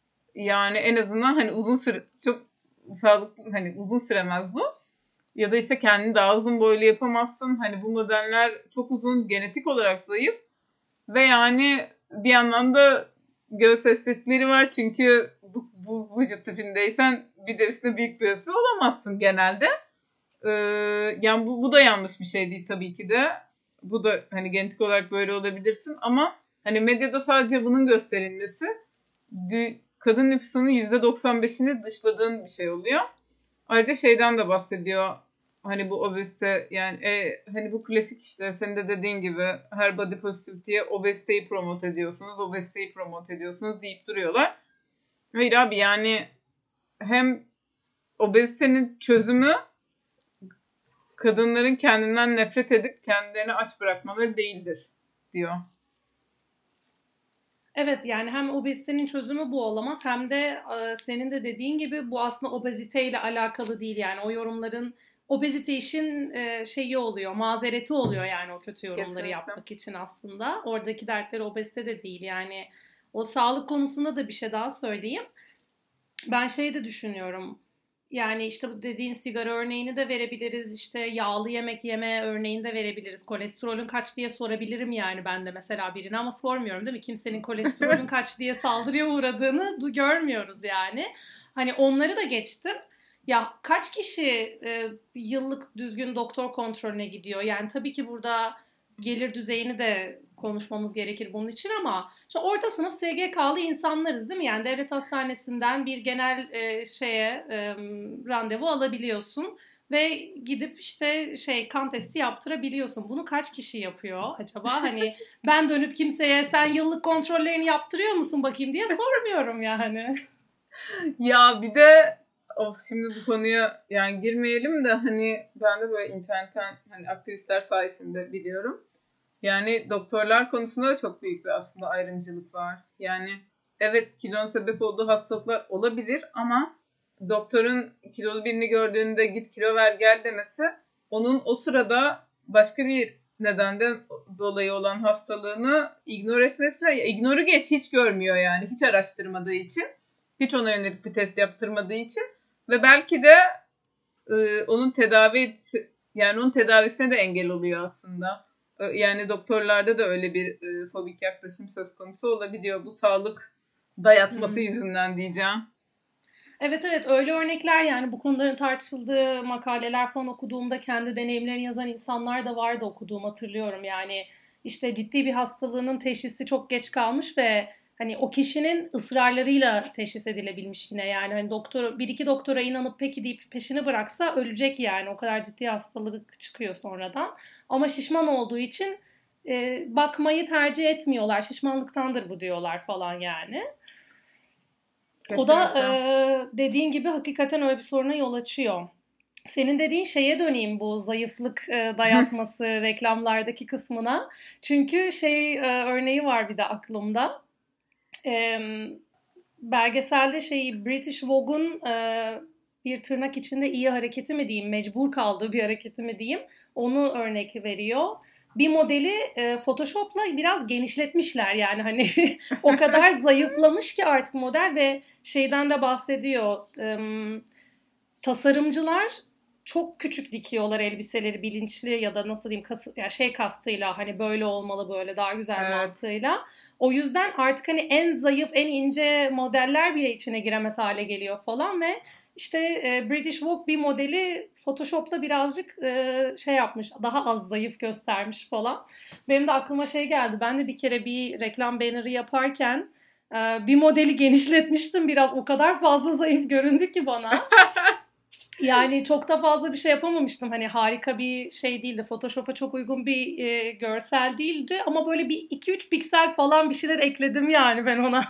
Yani en azından hani uzun süre, çok sağlıklı, hani uzun süremez bu. Ya da işte kendini daha uzun boylu yapamazsın. Hani bu modeller çok uzun, genetik olarak zayıf. Ve yani bir yandan da göğüs estetikleri var. Çünkü bu, bu vücut tipindeysen bir de üstüne büyük bir göğsü olamazsın genelde. Ee, yani bu, bu da yanlış bir şey değil tabii ki de. Bu da hani genetik olarak böyle olabilirsin ama hani medyada sadece bunun gösterilmesi kadın nüfusunun yüzde doksan beşini dışladığın bir şey oluyor. Ayrıca şeyden de bahsediyor. Hani bu obezite yani e, hani bu klasik işte senin de dediğin gibi her body positivity'ye obeziteyi promote ediyorsunuz, obeziteyi promote ediyorsunuz deyip duruyorlar. Hayır abi, yani hem obezitenin çözümü kadınların kendinden nefret edip kendilerini aç bırakmaları değildir diyor. Evet, yani hem obezitenin çözümü bu olamaz hem de e, senin de dediğin gibi bu aslında obeziteyle alakalı değil. Yani o yorumların obezite işin e, şeyi oluyor, mazereti oluyor yani o kötü yorumları Kesinlikle. yapmak için aslında. Oradaki dertleri obezite de değil yani. O sağlık konusunda da bir şey daha söyleyeyim. Ben şey de düşünüyorum. Yani işte bu dediğin sigara örneğini de verebiliriz. İşte yağlı yemek yeme örneğini de verebiliriz. Kolesterolün kaç diye sorabilirim yani ben de mesela birine, ama sormuyorum değil mi? Kimsenin kolesterolün kaç diye saldırıya uğradığını görmüyoruz yani. Hani onları da geçtim. Ya kaç kişi e, yıllık düzgün doktor kontrolüne gidiyor? Yani tabii ki burada gelir düzeyini de konuşmamız gerekir bunun için, ama işte orta sınıf S G K'lı insanlarız değil mi? Yani devlet hastanesinden bir genel e, şeye e, randevu alabiliyorsun ve gidip işte şey kan testi yaptırabiliyorsun. Bunu kaç kişi yapıyor acaba? Hani ben dönüp kimseye sen yıllık kontrollerini yaptırıyor musun bakayım diye sormuyorum yani. Ya bir de of, şimdi bu konuya yani girmeyelim de hani ben de böyle internetten hani aktivistler sayesinde biliyorum. Yani doktorlar konusunda da çok büyük bir aslında ayrımcılık var. Yani evet, kilonun sebep olduğu hastalıklar olabilir ama doktorun kilolu birini gördüğünde git kilo ver gel demesi onun o sırada başka bir nedenden dolayı olan hastalığını ignore etmesine, ignoru geç hiç görmüyor yani, hiç araştırmadığı için, hiç ona yönelik bir test yaptırmadığı için ve belki de e, onun tedavi yani onun tedavisine de engel oluyor aslında. Yani doktorlarda da öyle bir e, fobik yaklaşım söz konusu olabiliyor. Bu sağlık dayatması hmm. yüzünden diyeceğim. Evet evet öyle örnekler yani bu konuların tartışıldığı makaleler falan okuduğumda kendi deneyimlerini yazan insanlar da vardı okuduğum hatırlıyorum. Yani işte ciddi bir hastalığının teşhisi çok geç kalmış ve hani o kişinin ısrarlarıyla teşhis edilebilmiş yine yani hani doktor bir iki doktora inanıp peki deyip peşini bıraksa ölecek yani o kadar ciddi hastalık çıkıyor sonradan. Ama şişman olduğu için e, bakmayı tercih etmiyorlar. Şişmanlıktandır bu diyorlar falan yani. Kesinlikle. O da e, dediğin gibi hakikaten öyle bir soruna yol açıyor. Senin dediğin şeye döneyim bu zayıflık e, dayatması reklamlardaki kısmına. Çünkü şey e, örneği var bir de aklımda. E, belgeselde şey British Vogue'un e, bir tırnak içinde iyi hareketi mi diyeyim, mecbur kaldığı bir hareketi mi diyeyim, onu örnek veriyor. Bir modeli e, Photoshop'la biraz genişletmişler yani hani o kadar zayıflamış ki artık model ve şeyden de bahsediyor. E, tasarımcılar çok küçük dikiyorlar elbiseleri bilinçli ya da nasıl diyeyim kas, ya şey kastıyla hani böyle olmalı böyle daha güzel evet. mantığıyla. O yüzden artık hani en zayıf en ince modeller bile içine giremez hale geliyor falan ve işte e, British Vogue bir modeli Photoshop'la birazcık e, şey yapmış daha az zayıf göstermiş falan. Benim de aklıma şey geldi ben de bir kere bir reklam banner'ı yaparken e, bir modeli genişletmiştim biraz o kadar fazla zayıf göründü ki bana. Yani çok da fazla bir şey yapamamıştım. Hani harika bir şey değildi. Photoshop'a çok uygun bir e, görsel değildi. Ama böyle bir iki üç piksel falan bir şeyler ekledim yani ben ona.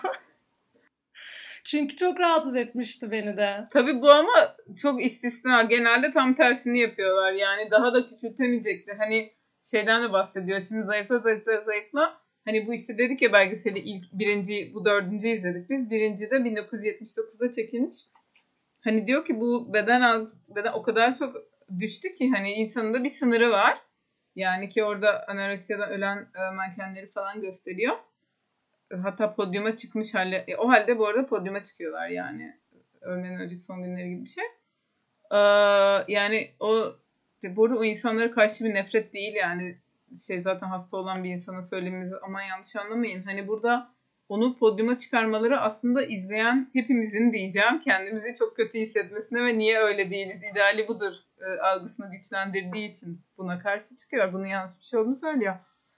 Çünkü çok rahatsız etmişti beni de. Tabii bu ama çok istisna. Genelde tam tersini yapıyorlar. Yani daha da küçültemeyecekti. Hani şeyden de bahsediyor. Şimdi zayıfla zayıfla zayıfla. Hani bu işte dedik ya belgeseli ilk birinci, bu dördüncü izledik biz. Birinci de bin dokuz yüz yetmiş dokuzda çekilmiş. Hani diyor ki bu beden algısı beden o kadar çok düştü ki hani insanın da bir sınırı var. Yani ki orada anoreksiyadan ölen e, mankenleri falan gösteriyor. Hatta podyuma çıkmış halde. E, o halde bu arada podyuma çıkıyorlar yani. Ölmenin önceki son günleri gibi bir şey. Ee, yani o bu arada o insanlara karşı bir nefret değil yani. Şey zaten hasta olan bir insana söylememiz aman yanlış anlamayın. Hani burada onu podyuma çıkarmaları aslında izleyen hepimizin diyeceğim kendimizi çok kötü hissetmesine ve niye öyle değiliz ideali budur e, algısını güçlendirdiği için buna karşı çıkıyor. Bunun yanlış bir şey olduğunu söylüyor.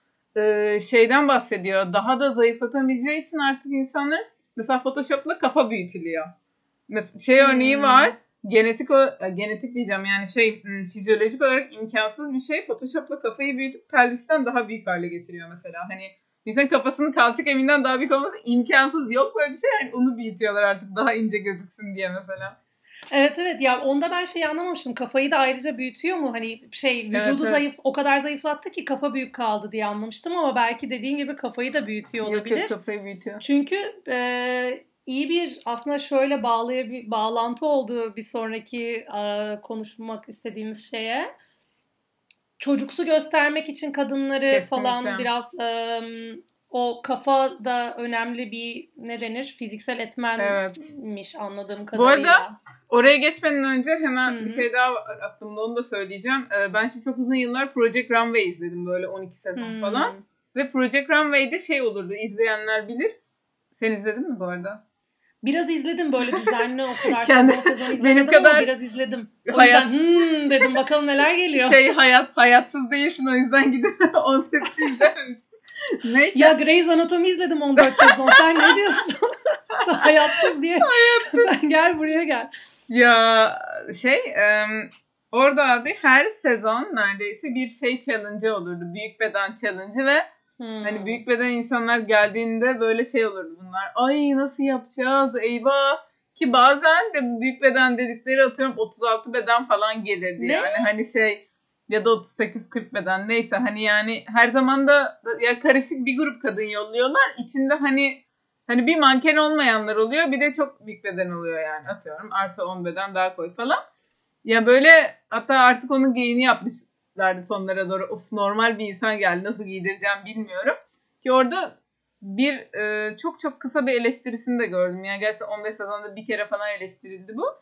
E, şeyden bahsediyor. Daha da zayıflatabileceği için artık insanlar mesela Photoshop'la kafa büyütülüyor. Mesela şey örneği hmm. var. Genetik o genetik diyeceğim yani şey fizyolojik olarak imkansız bir şey. Photoshop'la kafayı büyütüp pelvisten daha büyük hale getiriyor mesela. Hani insan kafasının kalçak eminden daha büyük olması imkansız. Yok böyle bir şey. Yani onu büyütüyorlar artık daha ince gözüksün diye mesela. Evet evet ya onda ben şeyi anlamamıştım. Kafayı da ayrıca büyütüyor mu? Hani şey vücudu evet, evet. zayıf o kadar zayıflattı ki kafa büyük kaldı diye anlamıştım ama belki dediğin gibi kafayı da büyütüyor olabilir. Yok yok kafayı büyütüyor. Çünkü e, iyi bir aslında şöyle bağlaya bir bağlantı olduğu bir sonraki e, konuşmak istediğimiz şeye. Çocuksu göstermek için kadınları kesinlikle. Falan biraz e, o kafa da önemli bir ne denir fiziksel etmenmiş evet. Anladığım kadarıyla. Bu arada oraya geçmeden önce hemen Hı-hı. bir şey daha var aklımda onu da söyleyeceğim. Ee, ben şimdi çok uzun yıllar Project Runway izledim böyle on iki sezon Hı-hı. falan. Ve Project Runway'de şey olurdu izleyenler bilir. Sen izledin mi bu arada? Biraz izledim böyle düzenli o kadar Kendi, sezon sezon izlemedim benim kadar ama biraz izledim. O hayat... yüzden hmm dedim bakalım neler geliyor. Şey hayat hayatsız değilsin o yüzden gidip on sekiz izlememişsin. Neyse. Ya Grey's Anatomy izledim on dört sezon. Sen ne diyorsun? Sen hayatsız diye. Hayatsız. Sen gel buraya gel. Ya şey um, orada abi her sezon neredeyse bir şey challenge olurdu. Büyük beden challenge ve Hmm. Hani büyük beden insanlar geldiğinde böyle şey olurdu bunlar. Ay nasıl yapacağız? Eyvah. Ki bazen de büyük beden dedikleri atıyorum otuz altı beden falan gelirdi. Ne? Yani hani şey ya da otuz sekiz kırk beden neyse hani yani her zaman da ya karışık bir grup kadın yolluyorlar. İçinde hani hani bir manken olmayanlar oluyor. Bir de çok büyük beden oluyor yani atıyorum. Artı on beden daha koy falan. Ya böyle hatta artık onun geyini yapmış. Sonlara doğru of normal bir insan geldi nasıl giydireceğim bilmiyorum ki orada bir e, çok çok kısa bir eleştirisini de gördüm yani gerçekten on beş sezonda bir kere falan eleştirildi bu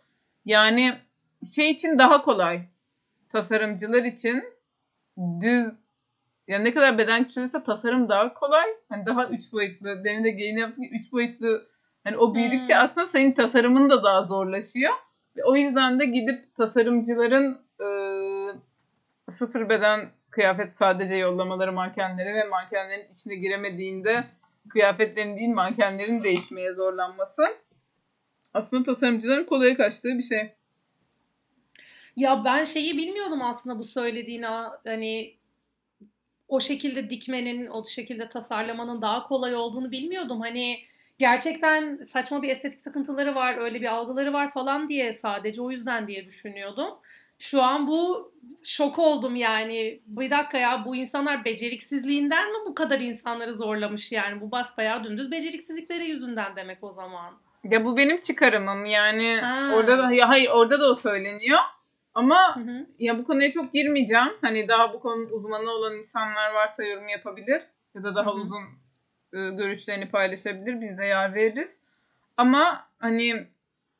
Yani şey için daha kolay. Tasarımcılar için düz, yani ne kadar beden küçülürse tasarım daha kolay. Hani daha üç boyutlu, demin de Gain'in yaptığı gibi üç boyutlu. Hani o büyüdükçe Hmm. aslında senin tasarımın da daha zorlaşıyor. Ve o yüzden de gidip tasarımcıların e, sıfır beden kıyafet sadece yollamaları mankenlere ve mankenlerin içine giremediğinde kıyafetlerin değil mankenlerin değişmeye zorlanması aslında tasarımcıların kolaya kaçtığı bir şey. Ya ben şeyi bilmiyordum aslında bu söylediğin hani o şekilde dikmenin, o şekilde tasarlamanın daha kolay olduğunu bilmiyordum. Hani gerçekten saçma bir estetik takıntıları var, öyle bir algıları var falan diye sadece o yüzden diye düşünüyordum. Şu an bu şok oldum yani. Bir dakika ya, bu insanlar beceriksizliğinden mi bu kadar insanları zorlamış yani? Bu basbayağı dümdüz beceriksizlikleri yüzünden demek o zaman. Ya bu benim çıkarımım yani Ha. orada da ya hayır orada da o söyleniyor. Ama Hı hı. ya bu konuya çok girmeyeceğim. Hani daha bu konunun uzmanı olan insanlar varsa yorum yapabilir ya da daha Hı hı. uzun e, görüşlerini paylaşabilir. Biz de yer veririz. Ama hani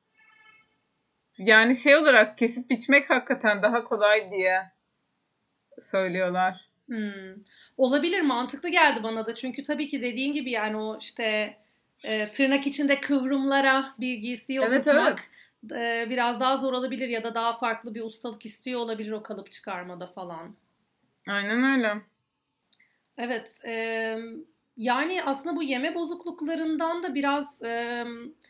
yani şey olarak kesip biçmek hakikaten daha kolay diye söylüyorlar. Hmm. Olabilir, mantıklı geldi bana da çünkü tabii ki dediğin gibi yani o işte e, tırnak içinde kıvrımlara bir giysiyi Evet oturtmak evet. e, biraz daha zor olabilir ya da daha farklı bir ustalık istiyor olabilir o kalıp çıkarmada falan. Aynen öyle. Evet, e, yani aslında bu yeme bozukluklarından da biraz e,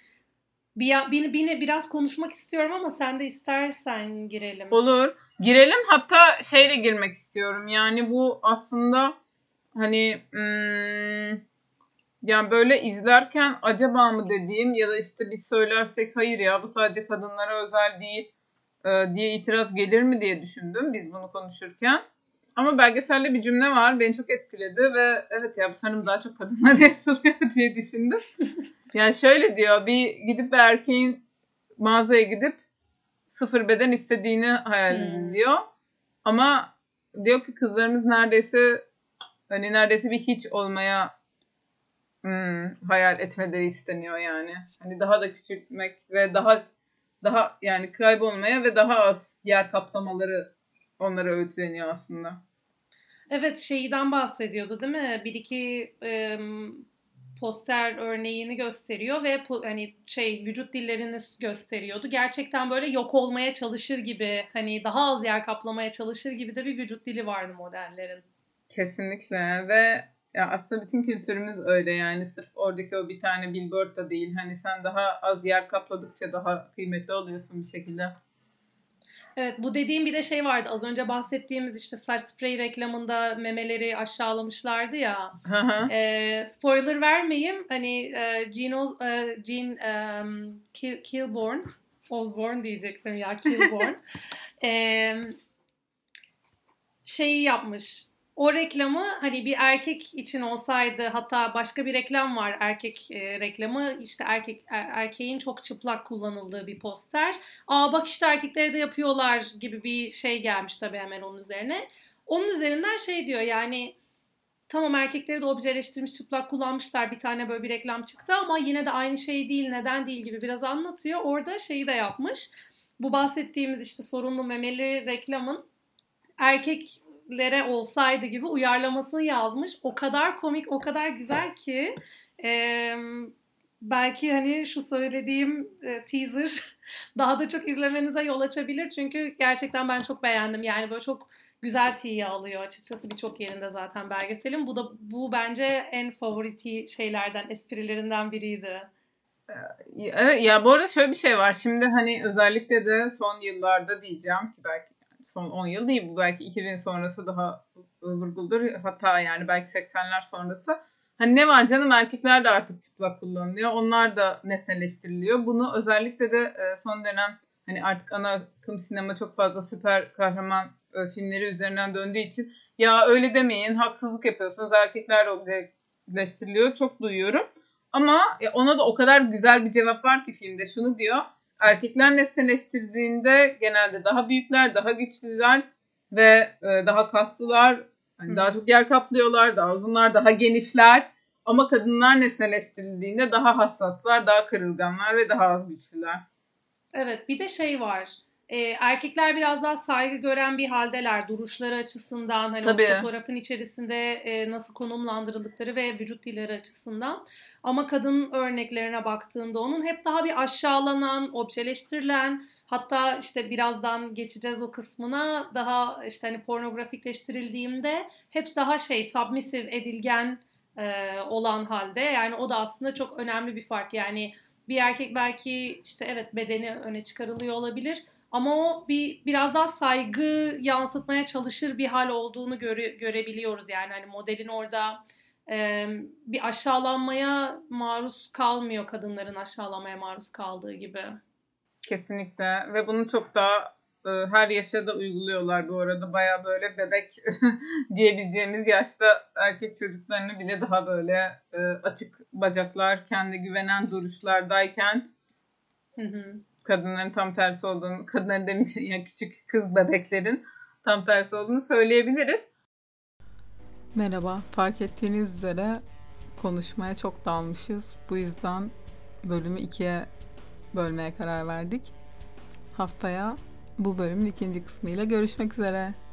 bir, bir, bir, biraz konuşmak istiyorum ama sen de istersen girelim. Olur. Girelim. Hatta şeyle girmek istiyorum. Yani bu aslında hani hmm, yani böyle izlerken acaba mı dediğim ya da işte biz söylersek hayır ya bu sadece kadınlara özel değil e, diye itiraz gelir mi diye düşündüm biz bunu konuşurken. Ama belgeselde bir cümle var. Beni çok etkiledi ve evet ya bu sanırım daha çok kadınlara yapılıyor diye düşündüm. Yani şöyle diyor, bir gidip bir erkeğin mağazaya gidip sıfır beden istediğini hayal edin Hmm. diyor. Ama diyor ki kızlarımız neredeyse hani neredeyse bir hiç olmaya hmm, hayal etmeleri isteniyor yani. Hani daha da küçültmek ve daha daha yani kaybolmaya ve daha az yer kaplamaları onlara öğütleniyor aslında. Evet, şeyden bahsediyordu değil mi? Bir iki e, poster örneğini gösteriyor ve po- hani şey vücut dillerini gösteriyordu. Gerçekten böyle yok olmaya çalışır gibi, hani daha az yer kaplamaya çalışır gibi de bir vücut dili vardı modellerin. Kesinlikle ve ya aslında bütün kültürümüz öyle yani sırf oradaki o bir tane billboard da değil. Hani sen daha az yer kapladıkça daha kıymetli oluyorsun bir şekilde. Evet, bu dediğim bir de şey vardı. Az önce bahsettiğimiz işte saç spreyi reklamında memeleri aşağılamışlardı ya. Hı hı. E, spoiler vermeyeyim. Hani e, Gene, Oz, e, Gene um, Kill, Kilborn, Osborne diyecektim ya, Kilborn. e, Şeyi yapmış. O reklamı hani bir erkek için olsaydı, hatta başka bir reklam var, erkek e, reklamı, işte erkek er, erkeğin çok çıplak kullanıldığı bir poster. Aa bak işte erkekleri de yapıyorlar gibi bir şey gelmiş tabii hemen onun üzerine. Onun üzerinden şey diyor yani, tamam erkekleri de objeleştirmiş çıplak kullanmışlar, bir tane böyle bir reklam çıktı ama yine de aynı şey değil, neden değil gibi biraz anlatıyor. Orada şeyi de yapmış. Bu bahsettiğimiz işte sorunlu memeli reklamın erkeklere olsaydı gibi uyarlamasını yazmış. O kadar komik, o kadar güzel ki e, belki hani şu söylediğim e, teaser daha da çok izlemenize yol açabilir. Çünkü gerçekten ben çok beğendim. Yani böyle çok güzel tiye alıyor açıkçası birçok yerinde zaten belgeselin. Bu da bu bence en favori şeylerden, esprilerinden biriydi. Evet ya bu arada şöyle bir şey var. Şimdi hani özellikle de son yıllarda diyeceğim ki belki son on yıl değil bu belki iki bin sonrası daha vurguldur. Hatta yani belki seksenler sonrası. Hani ne var canım erkekler de artık çıplak kullanılıyor. Onlar da nesneleştiriliyor. Bunu özellikle de son dönem hani artık ana akım sinema çok fazla süper kahraman filmleri üzerinden döndüğü için ya öyle demeyin haksızlık yapıyorsunuz erkekler de objeleştiriliyor. Çok duyuyorum. Ama ona da o kadar güzel bir cevap var ki filmde. Şunu diyor. Erkekler nesneleştirdiğinde genelde daha büyükler, daha güçlüler ve daha kaslılar. Hani daha çok yer kaplıyorlar, daha uzunlar, daha genişler. Ama kadınlar nesneleştirildiğinde daha hassaslar, daha kırılganlar ve daha az güçlüler. Evet, bir de şey var. E, erkekler biraz daha saygı gören bir haldeler duruşları açısından, hani o Tabii. fotoğrafın içerisinde e, nasıl konumlandırıldıkları ve vücut dilleri açısından. Ama kadın örneklerine baktığında onun hep daha bir aşağılanan, objeleştirilen, hatta işte birazdan geçeceğiz o kısmına, daha işte hani pornografikleştirildiğinde hepsi daha şey submissive, edilgen e, olan halde. Yani o da aslında çok önemli bir fark. Yani bir erkek belki işte evet bedeni öne çıkarılıyor olabilir ama o bir biraz daha saygı yansıtmaya çalışır bir hal olduğunu göre, görebiliyoruz. Yani hani modelin orada e, bir aşağılanmaya maruz kalmıyor, kadınların aşağılamaya maruz kaldığı gibi. Kesinlikle ve bunu çok daha e, her yaşa da uyguluyorlar bu arada. Baya böyle bebek diyebileceğimiz yaşta erkek çocuklarını bile daha böyle e, açık bacaklar, kendi güvenen duruşlardayken Hı hı. kadınların tam tersi olduğunu, kadınların demeyeceğim yani küçük kız bebeklerin tam tersi olduğunu söyleyebiliriz. Merhaba, fark ettiğiniz üzere konuşmaya çok dalmışız. Bu yüzden bölümü ikiye bölmeye karar verdik. Haftaya bu bölümün ikinci kısmıyla görüşmek üzere.